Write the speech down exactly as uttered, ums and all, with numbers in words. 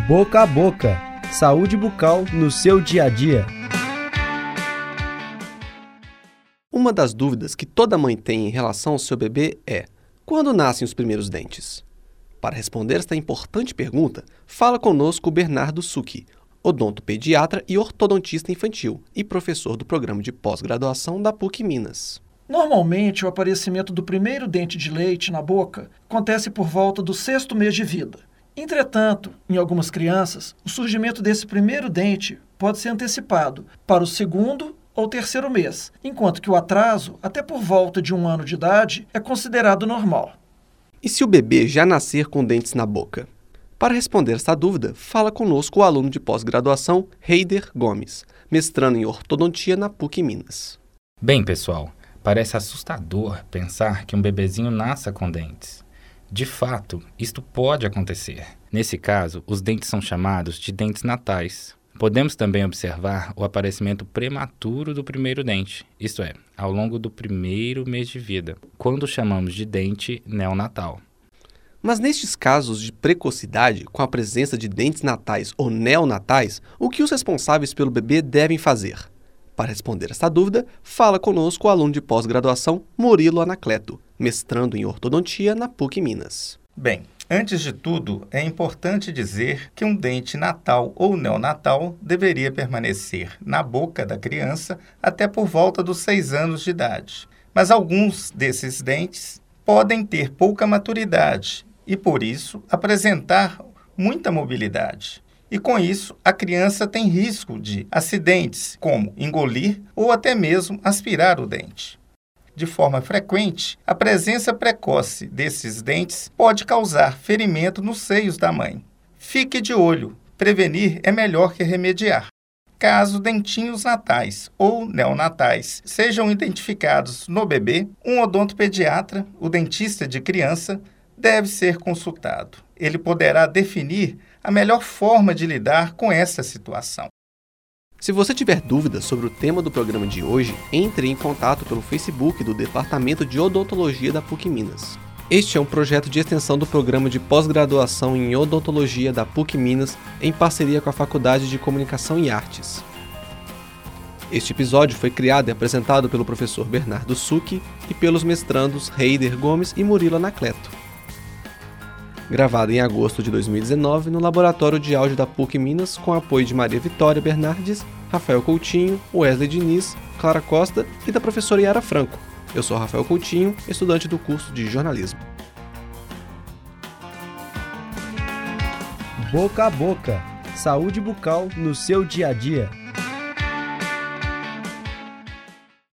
Boca a Boca. Saúde bucal no seu dia a dia. Uma das dúvidas que toda mãe tem em relação ao seu bebê é: quando nascem os primeiros dentes? Para responder esta importante pergunta, fala conosco o Bernardo Succhi, odontopediatra e ortodontista infantil e professor do programa de pós-graduação da PUC Minas. Normalmente, o aparecimento do primeiro dente de leite na boca acontece por volta do sexto mês de vida. Entretanto, em algumas crianças, o surgimento desse primeiro dente pode ser antecipado para o segundo ou terceiro mês, enquanto que o atraso, até por volta de um ano de idade, é considerado normal. E se o bebê já nascer com dentes na boca? Para responder esta dúvida, fala conosco o aluno de pós-graduação Heider Gomes, mestrando em ortodontia na PUC Minas. Bem, pessoal, parece assustador pensar que um bebezinho nasça com dentes. De fato, isto pode acontecer. Nesse caso, os dentes são chamados de dentes natais. Podemos também observar o aparecimento prematuro do primeiro dente, isto é, ao longo do primeiro mês de vida, quando chamamos de dente neonatal. Mas nestes casos de precocidade, com a presença de dentes natais ou neonatais, o que os responsáveis pelo bebê devem fazer? Para responder esta dúvida, fala conosco o aluno de pós-graduação Murilo Anacleto, mestrando em ortodontia na PUC Minas. Bem, antes de tudo, é importante dizer que um dente natal ou neonatal deveria permanecer na boca da criança até por volta dos seis anos de idade. Mas alguns desses dentes podem ter pouca maturidade e, por isso, apresentar muita mobilidade. E, com isso, a criança tem risco de acidentes, como engolir ou até mesmo aspirar o dente. De forma frequente, a presença precoce desses dentes pode causar ferimento nos seios da mãe. Fique de olho, prevenir é melhor que remediar. Caso dentinhos natais ou neonatais sejam identificados no bebê, um odontopediatra, o dentista de criança, deve ser consultado. Ele poderá definir a melhor forma de lidar com essa situação. Se você tiver dúvidas sobre o tema do programa de hoje, entre em contato pelo Facebook do Departamento de Odontologia da PUC Minas. Este é um projeto de extensão do programa de pós-graduação em odontologia da PUC Minas, em parceria com a Faculdade de Comunicação e Artes. Este episódio foi criado e apresentado pelo professor Bernardo Succhi e pelos mestrandos Heider Gomes e Murilo Anacleto. Gravado em agosto de dois mil e dezenove no Laboratório de Áudio da PUC Minas, com apoio de Maria Vitória Bernardes, Rafael Coutinho, Wesley Diniz, Clara Costa e da professora Yara Franco. Eu sou Rafael Coutinho, estudante do curso de jornalismo. Boca a Boca. Saúde bucal no seu dia a dia.